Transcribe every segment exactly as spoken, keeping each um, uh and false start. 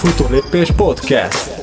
Futólépés Podcast.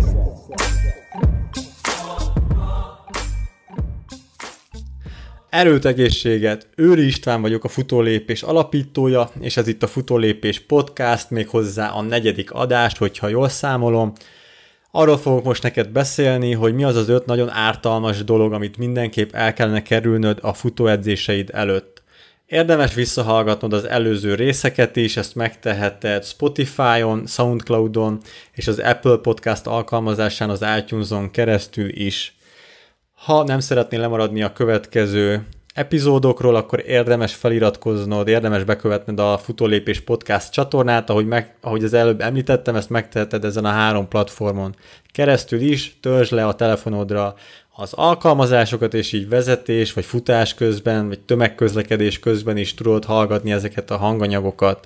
Erőt, egészséget! Őri István vagyok, a Futólépés alapítója, és ez itt a Futólépés Podcast, méghozzá a negyedik adás, hogyha jól számolom. Arról fogok most neked beszélni, hogy mi az az öt nagyon ártalmas dolog, amit mindenképp el kellene kerülnöd a futóedzéseid előtt. Érdemes visszahallgatnod az előző részeket is, ezt megteheted Spotify-on, Soundcloud-on és az Apple Podcast alkalmazásán, az iTunes-on keresztül is. Ha nem szeretnél lemaradni a következő epizódokról, akkor érdemes feliratkoznod, érdemes bekövetned a Futólépés Podcast csatornát, ahogy, meg, ahogy az előbb említettem, ezt megteheted ezen a három platformon keresztül is, töltsd le a telefonodra az alkalmazásokat, és így vezetés, vagy futás közben, vagy tömegközlekedés közben is tudod hallgatni ezeket a hanganyagokat.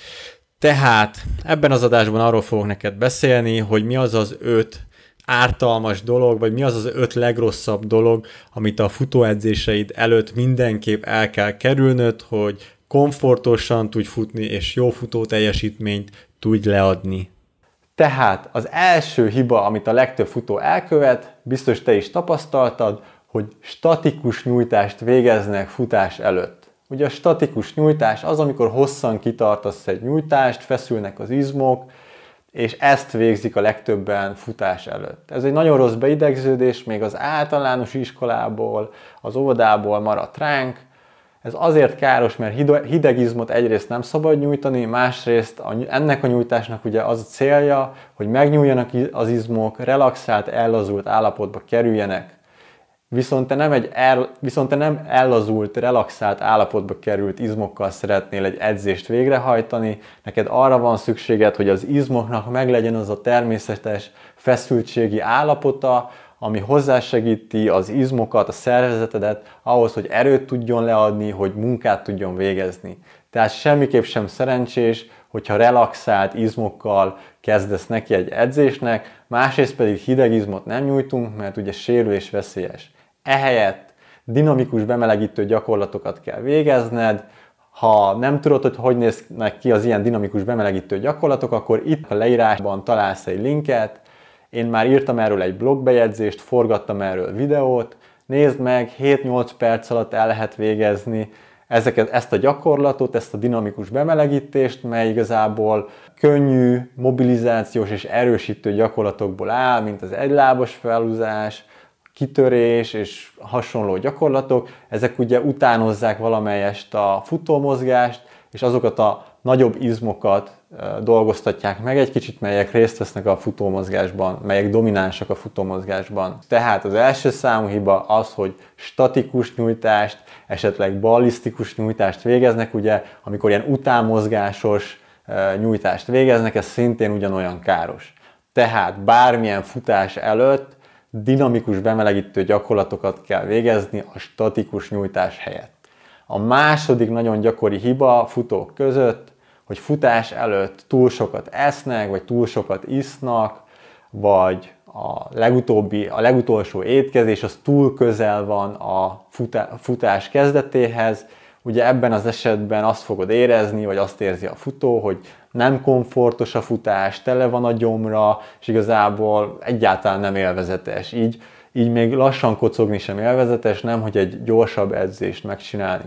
Tehát ebben az adásban arról fogok neked beszélni, hogy mi az az öt ártalmas dolog, vagy mi az az öt legrosszabb dolog, amit a futóedzéseid előtt mindenképp el kell kerülnöd, hogy komfortosan tudj futni, és jó futó teljesítményt tudj leadni. Tehát az első hiba, amit a legtöbb futó elkövet, biztos te is tapasztaltad, hogy statikus nyújtást végeznek futás előtt. Ugye a statikus nyújtás az, amikor hosszan kitartasz egy nyújtást, feszülnek az izmok, és ezt végzik a legtöbben futás előtt. Ez egy nagyon rossz beidegződés, még az általános iskolából, az óvodából maradt ránk. Ez azért káros, mert hideg izmot egyrészt nem szabad nyújtani, másrészt ennek a nyújtásnak ugye az a célja, hogy megnyúljanak az izmok, relaxált, ellazult állapotba kerüljenek. Viszont te nem, egy el, viszont te nem ellazult, relaxált állapotba került izmokkal szeretnél egy edzést végrehajtani, neked arra van szükséged, hogy az izmoknak meglegyen az a természetes feszültségi állapota, ami hozzásegíti az izmokat, a szervezetedet ahhoz, hogy erőt tudjon leadni, hogy munkát tudjon végezni. Tehát semmiképp sem szerencsés, hogyha relaxált izmokkal kezdesz neki egy edzésnek, másrészt pedig hideg izmot nem nyújtunk, mert ugye sérülés veszélyes. Ehelyett dinamikus bemelegítő gyakorlatokat kell végezned. Ha nem tudod, hogy hogy néznek ki az ilyen dinamikus bemelegítő gyakorlatok, akkor itt a leírásban találsz egy linket. Én már írtam erről egy blogbejegyzést, forgattam erről videót. Nézd meg, hét-nyolc perc alatt el lehet végezni ezeket, ezt a gyakorlatot, ezt a dinamikus bemelegítést, mely igazából könnyű, mobilizációs és erősítő gyakorlatokból áll, mint az egylábas felhúzás, kitörés és hasonló gyakorlatok. Ezek ugye utánozzák valamelyest a futómozgást, és azokat a nagyobb izmokat dolgoztatják meg egy kicsit, melyek részt vesznek a futómozgásban, melyek dominánsak a futómozgásban. Tehát az első számú hiba az, hogy statikus nyújtást, esetleg ballisztikus nyújtást végeznek, ugye, amikor ilyen utánmozgásos nyújtást végeznek, ez szintén ugyanolyan káros. Tehát bármilyen futás előtt dinamikus bemelegítő gyakorlatokat kell végezni a statikus nyújtás helyett. A második nagyon gyakori hiba a futók között, hogy futás előtt túl sokat esznek, vagy túl sokat isznak, vagy a legutóbbi, a legutolsó étkezés az túl közel van a futás kezdetéhez. Ugye ebben az esetben azt fogod érezni, vagy azt érzi a futó, hogy nem komfortos a futás, tele van a gyomra, és igazából egyáltalán nem élvezetes. Így, így még lassan kocogni sem élvezetes, nem hogy egy gyorsabb edzést megcsinálni.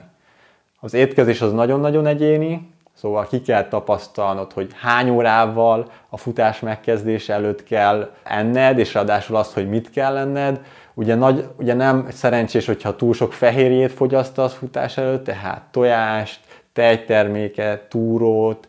Az étkezés az nagyon-nagyon egyéni, szóval ki kell tapasztalnod, hogy hány órával a futás megkezdése előtt kell enned, és ráadásul azt, hogy mit kell enned. Ugye, nagy, ugye nem szerencsés, hogyha túl sok fehérjét fogyasztasz futás előtt, tehát tojást, tejterméket, túrót,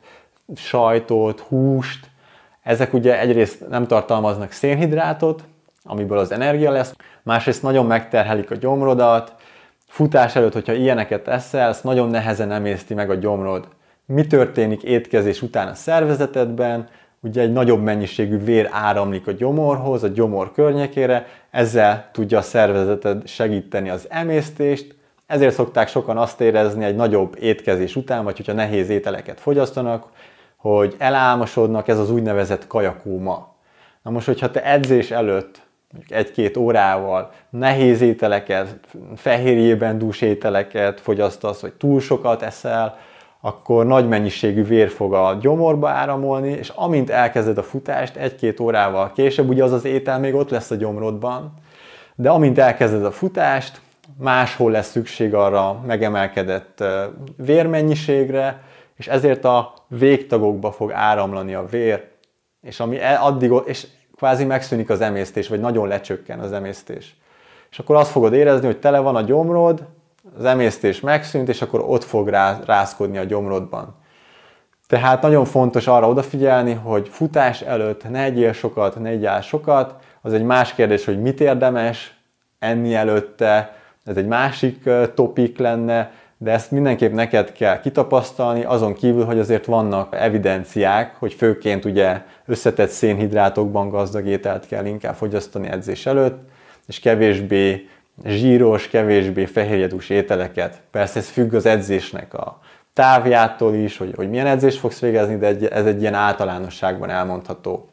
sajtot, húst. Ezek ugye egyrészt nem tartalmaznak szénhidrátot, amiből az energia lesz, másrészt nagyon megterhelik a gyomrodat. Futás előtt, hogyha ilyeneket eszel, azt nagyon nehezen emészti meg a gyomrod. Mi történik étkezés után a szervezetedben? Ugye egy nagyobb mennyiségű vér áramlik a gyomorhoz, a gyomor környékére, ezzel tudja a szervezeted segíteni az emésztést, ezért szokták sokan azt érezni egy nagyobb étkezés után, vagy hogyha nehéz ételeket fogyasztanak, hogy elálmosodnak, ez az úgynevezett kajakóma. Na most, hogyha te edzés előtt egy-két órával nehéz ételeket, fehérjében dús ételeket fogyasztasz, vagy túl sokat eszel, akkor nagy mennyiségű vér fog a gyomorba áramolni, és amint elkezded a futást, egy-két órával később, ugye az az étel még ott lesz a gyomrodban, de amint elkezded a futást, máshol lesz szükség arra megemelkedett vérmennyiségre, és ezért a végtagokba fog áramlani a vér, és, ami addig, és kvázi megszűnik az emésztés, vagy nagyon lecsökken az emésztés. És akkor azt fogod érezni, hogy tele van a gyomrod, az emésztés megszűnt, és akkor ott fog rázkodni a gyomrodban. Tehát nagyon fontos arra odafigyelni, hogy futás előtt ne egyél sokat, ne egyál sokat. Az egy más kérdés, hogy mit érdemes enni előtte, ez egy másik topik lenne, de ezt mindenképp neked kell kitapasztalni, azon kívül, hogy azért vannak evidenciák, hogy főként ugye összetett szénhidrátokban gazdag ételt kell inkább fogyasztani edzés előtt, és kevésbé zsíros, kevésbé fehérjedús ételeket. Persze ez függ az edzésnek a távjától is, hogy, hogy milyen edzést fogsz végezni, de ez egy ilyen általánosságban elmondható.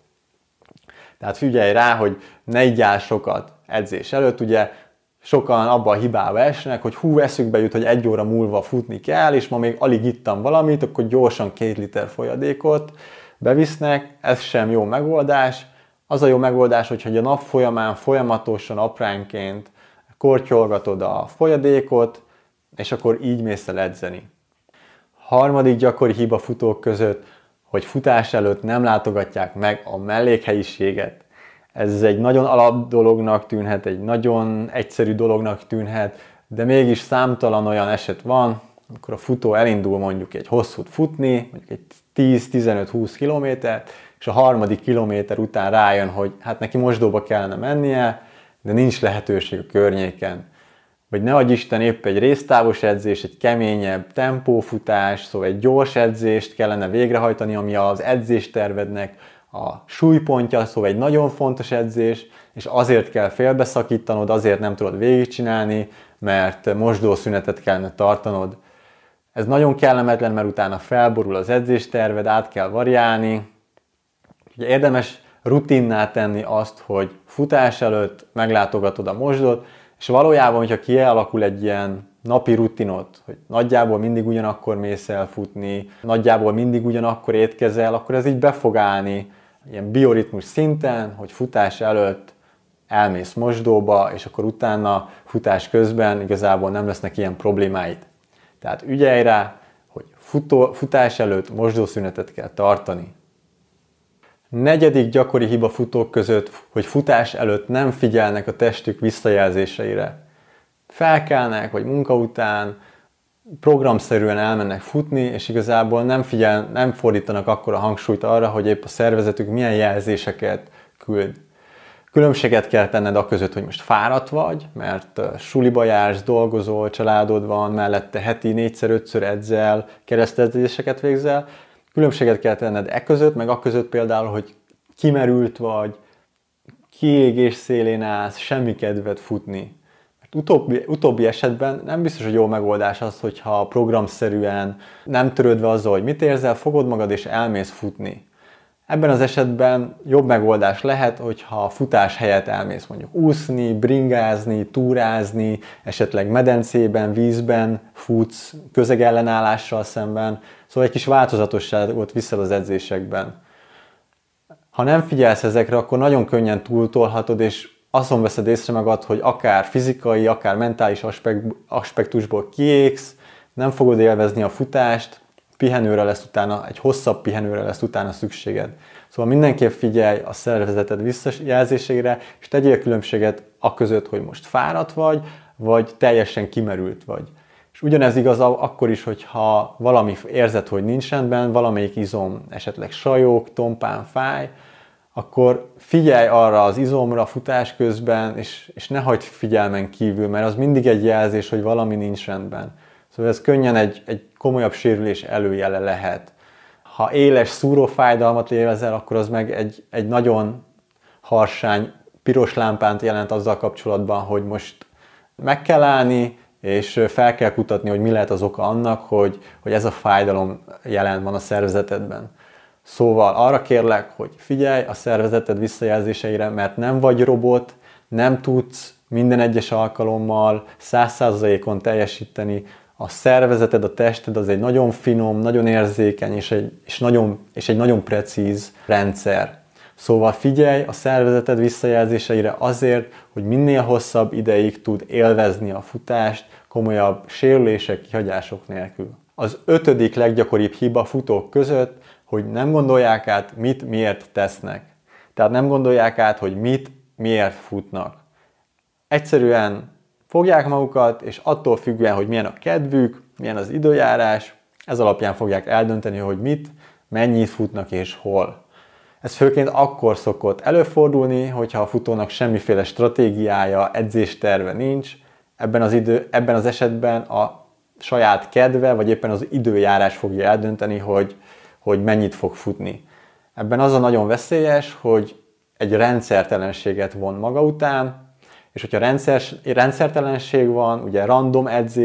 Tehát figyelj rá, hogy ne igyál sokat edzés előtt, ugye sokan abban a hibába esnek, hogy hú, eszükbe jut, hogy egy óra múlva futni kell, és ma még alig ittam valamit, akkor gyorsan két liter folyadékot bevisznek, ez sem jó megoldás. Az a jó megoldás, hogyha a nap folyamán folyamatosan apránként kortyolgatod a folyadékot, és akkor így mész el edzeni. Harmadik gyakori hiba futók között, hogy futás előtt nem látogatják meg a mellékhelyiséget. Ez egy nagyon alap dolognak tűnhet, egy nagyon egyszerű dolognak tűnhet, de mégis számtalan olyan eset van, amikor a futó elindul mondjuk egy hosszút futni, mondjuk egy tíz-tizenöt-húsz kilométert, és a harmadik kilométer után rájön, hogy hát neki mosdóba kellene mennie, de nincs lehetőség a környéken. Vagy ne adj Isten, épp egy résztávos edzés, egy keményebb tempófutás, szóval egy gyors edzést kellene végrehajtani, ami az edzéstervednek a súlypontja, szóval egy nagyon fontos edzés, és azért kell félbeszakítanod, azért nem tudod végigcsinálni, mert mosdószünetet kellene tartanod. Ez nagyon kellemetlen, mert utána felborul az edzésterved, át kell variálni. Ugye érdemes rutinná tenni azt, hogy futás előtt meglátogatod a mosdót, és valójában, hogyha kialakul egy ilyen napi rutinod, hogy nagyjából mindig ugyanakkor mész el futni, nagyjából mindig ugyanakkor étkezel, akkor ez így be fog állni ilyen bioritmus szinten, hogy futás előtt elmész mosdóba, és akkor utána futás közben igazából nem lesznek ilyen problémáid. Tehát ügyelj rá, hogy futó, futás előtt mosdószünetet kell tartani. Negyedik gyakori hiba futók között, hogy futás előtt nem figyelnek a testük visszajelzéseire. Felkelnek, vagy munka után programszerűen elmennek futni, és igazából nem, figyel, nem fordítanak akkora hangsúlyt arra, hogy épp a szervezetük milyen jelzéseket küld. Különbséget kell tenned a között, hogy most fáradt vagy, mert suliba jársz, dolgozol, családod van, mellette heti négyszer-ötször edzel, keresztedzéseket végzel. Különbséget kell tenned e között, meg a között például, hogy kimerült vagy, kiégés szélén állsz, semmi kedved futni. Mert utóbbi, utóbbi esetben nem biztos, hogy jó megoldás az, hogyha programszerűen nem törődve azzal, hogy mit érzel, fogod magad és elmész futni. Ebben az esetben jobb megoldás lehet, hogyha a futás helyett elmész mondjuk úszni, bringázni, túrázni, esetleg medencében, vízben futsz, közegellenállással szemben, szóval egy kis változatosságot viszel az edzésekben. Ha nem figyelsz ezekre, akkor nagyon könnyen túltolhatod, és azon veszed észre magad, hogy akár fizikai, akár mentális aspektusból kiégsz, nem fogod élvezni a futást, pihenőre lesz utána, egy hosszabb pihenőre lesz utána szükséged. Szóval mindenképp figyelj a szervezeted visszajelzésére, és tegyél különbséget a között, hogy most fáradt vagy, vagy teljesen kimerült vagy. És ugyanez igaz akkor is, hogyha valami érzed, hogy nincs rendben, valamelyik izom esetleg sajog, tompán, fáj, akkor figyelj arra az izomra futás közben, és, és ne hagyd figyelmen kívül, mert az mindig egy jelzés, hogy valami nincs rendben. Szóval ez könnyen egy, egy komolyabb sérülés előjele lehet. Ha éles szúrófájdalmat érezel, akkor az meg egy, egy nagyon harsány, piros lámpát jelent azzal kapcsolatban, hogy most meg kell állni, és fel kell kutatni, hogy mi lehet az oka annak, hogy, hogy ez a fájdalom jelen van a szervezetedben. Szóval arra kérlek, hogy figyelj a szervezeted visszajelzéseire, mert nem vagy robot, nem tudsz minden egyes alkalommal száz százalékon teljesíteni A szervezeted, a tested az egy nagyon finom, nagyon érzékeny és egy, és nagyon, és egy nagyon precíz rendszer. Szóval figyelj a szervezeted visszajelzéseire azért, hogy minél hosszabb ideig tud élvezni a futást, komolyabb sérülések, kihagyások nélkül. Az ötödik leggyakoribb hiba futók között, hogy nem gondolják át, mit miért tesznek. Tehát nem gondolják át, hogy mit miért futnak. Egyszerűen fogják magukat, és attól függően, hogy milyen a kedvük, milyen az időjárás, ez alapján fogják eldönteni, hogy mit, mennyit futnak és hol. Ez főként akkor szokott előfordulni, hogyha a futónak semmiféle stratégiája, edzésterve nincs, ebben az, idő, ebben az esetben a saját kedve, vagy éppen az időjárás fogja eldönteni, hogy, hogy mennyit fog futni. Ebben az a nagyon veszélyes, hogy egy rendszertelenséget von maga után, és hogyha rendszer, rendszertelenség van, ugye random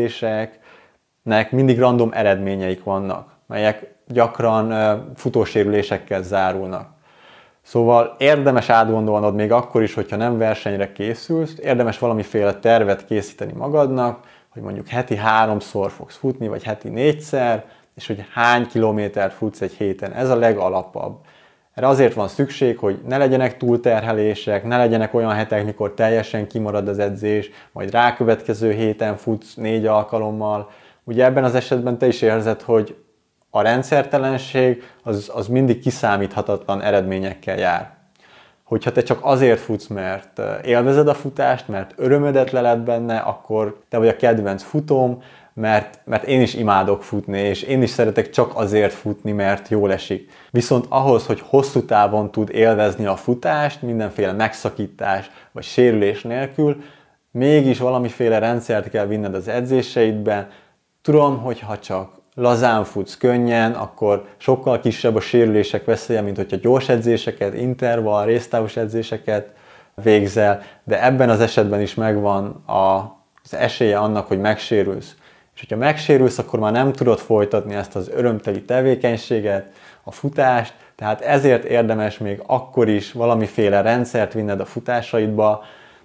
edzéseknek mindig random eredményeik vannak, melyek gyakran uh, futósérülésekkel zárulnak. Szóval érdemes átgondolnod még akkor is, hogyha nem versenyre készülsz, érdemes valamiféle tervet készíteni magadnak, hogy mondjuk heti háromszor fogsz futni, vagy heti négyszer, és hogy hány kilométert futsz egy héten. Ez a legalapabb. Erre azért van szükség, hogy ne legyenek túlterhelések, ne legyenek olyan hetek, mikor teljesen kimarad az edzés, majd rákövetkező héten futsz négy alkalommal. Ugye ebben az esetben te is érzed, hogy a rendszertelenség az, az mindig kiszámíthatatlan eredményekkel jár. Hogyha te csak azért futsz, mert élvezed a futást, mert örömödet leled benne, akkor te vagy a kedvenc futóm, mert, mert én is imádok futni, és én is szeretek csak azért futni, mert jól esik. Viszont ahhoz, hogy hosszú távon tud élvezni a futást, mindenféle megszakítás vagy sérülés nélkül, mégis valamiféle rendszert kell vinned az edzéseidben. Tudom, hogy ha csak lazán futsz könnyen, akkor sokkal kisebb a sérülések veszélye, mint hogyha gyors edzéseket, intervall, résztávos edzéseket végzel, de ebben az esetben is megvan a, az esélye annak, hogy megsérülsz. És hogyha megsérülsz, akkor már nem tudod folytatni ezt az örömteli tevékenységet, a futást, tehát ezért érdemes még akkor is valamiféle rendszert vinned a futásaidba,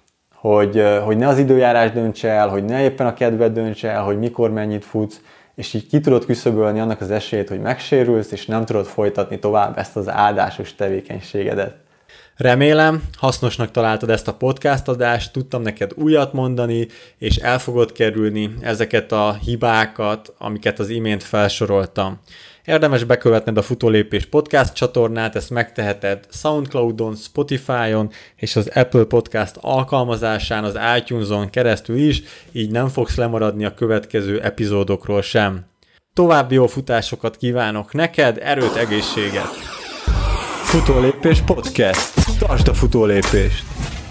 hogy, hogy ne az időjárás döntse el, hogy ne éppen a kedved döntse el, hogy mikor mennyit futsz, és így ki tudod küszöbölni annak az esélyét, hogy megsérülsz, és nem tudod folytatni tovább ezt az áldásos tevékenységedet. Remélem, hasznosnak találtad ezt a podcast adást, tudtam neked újat mondani, és el fogod kerülni ezeket a hibákat, amiket az imént felsoroltam. Érdemes bekövetned a Futólépés podcast csatornát, ezt megteheted SoundCloudon, Spotify-on és az Apple Podcast alkalmazásán, az iTunes-on keresztül is, így nem fogsz lemaradni a következő epizódokról sem. További jó futásokat kívánok neked, erőt, egészséget! Futólépés podcast. Tartsd a futólépést!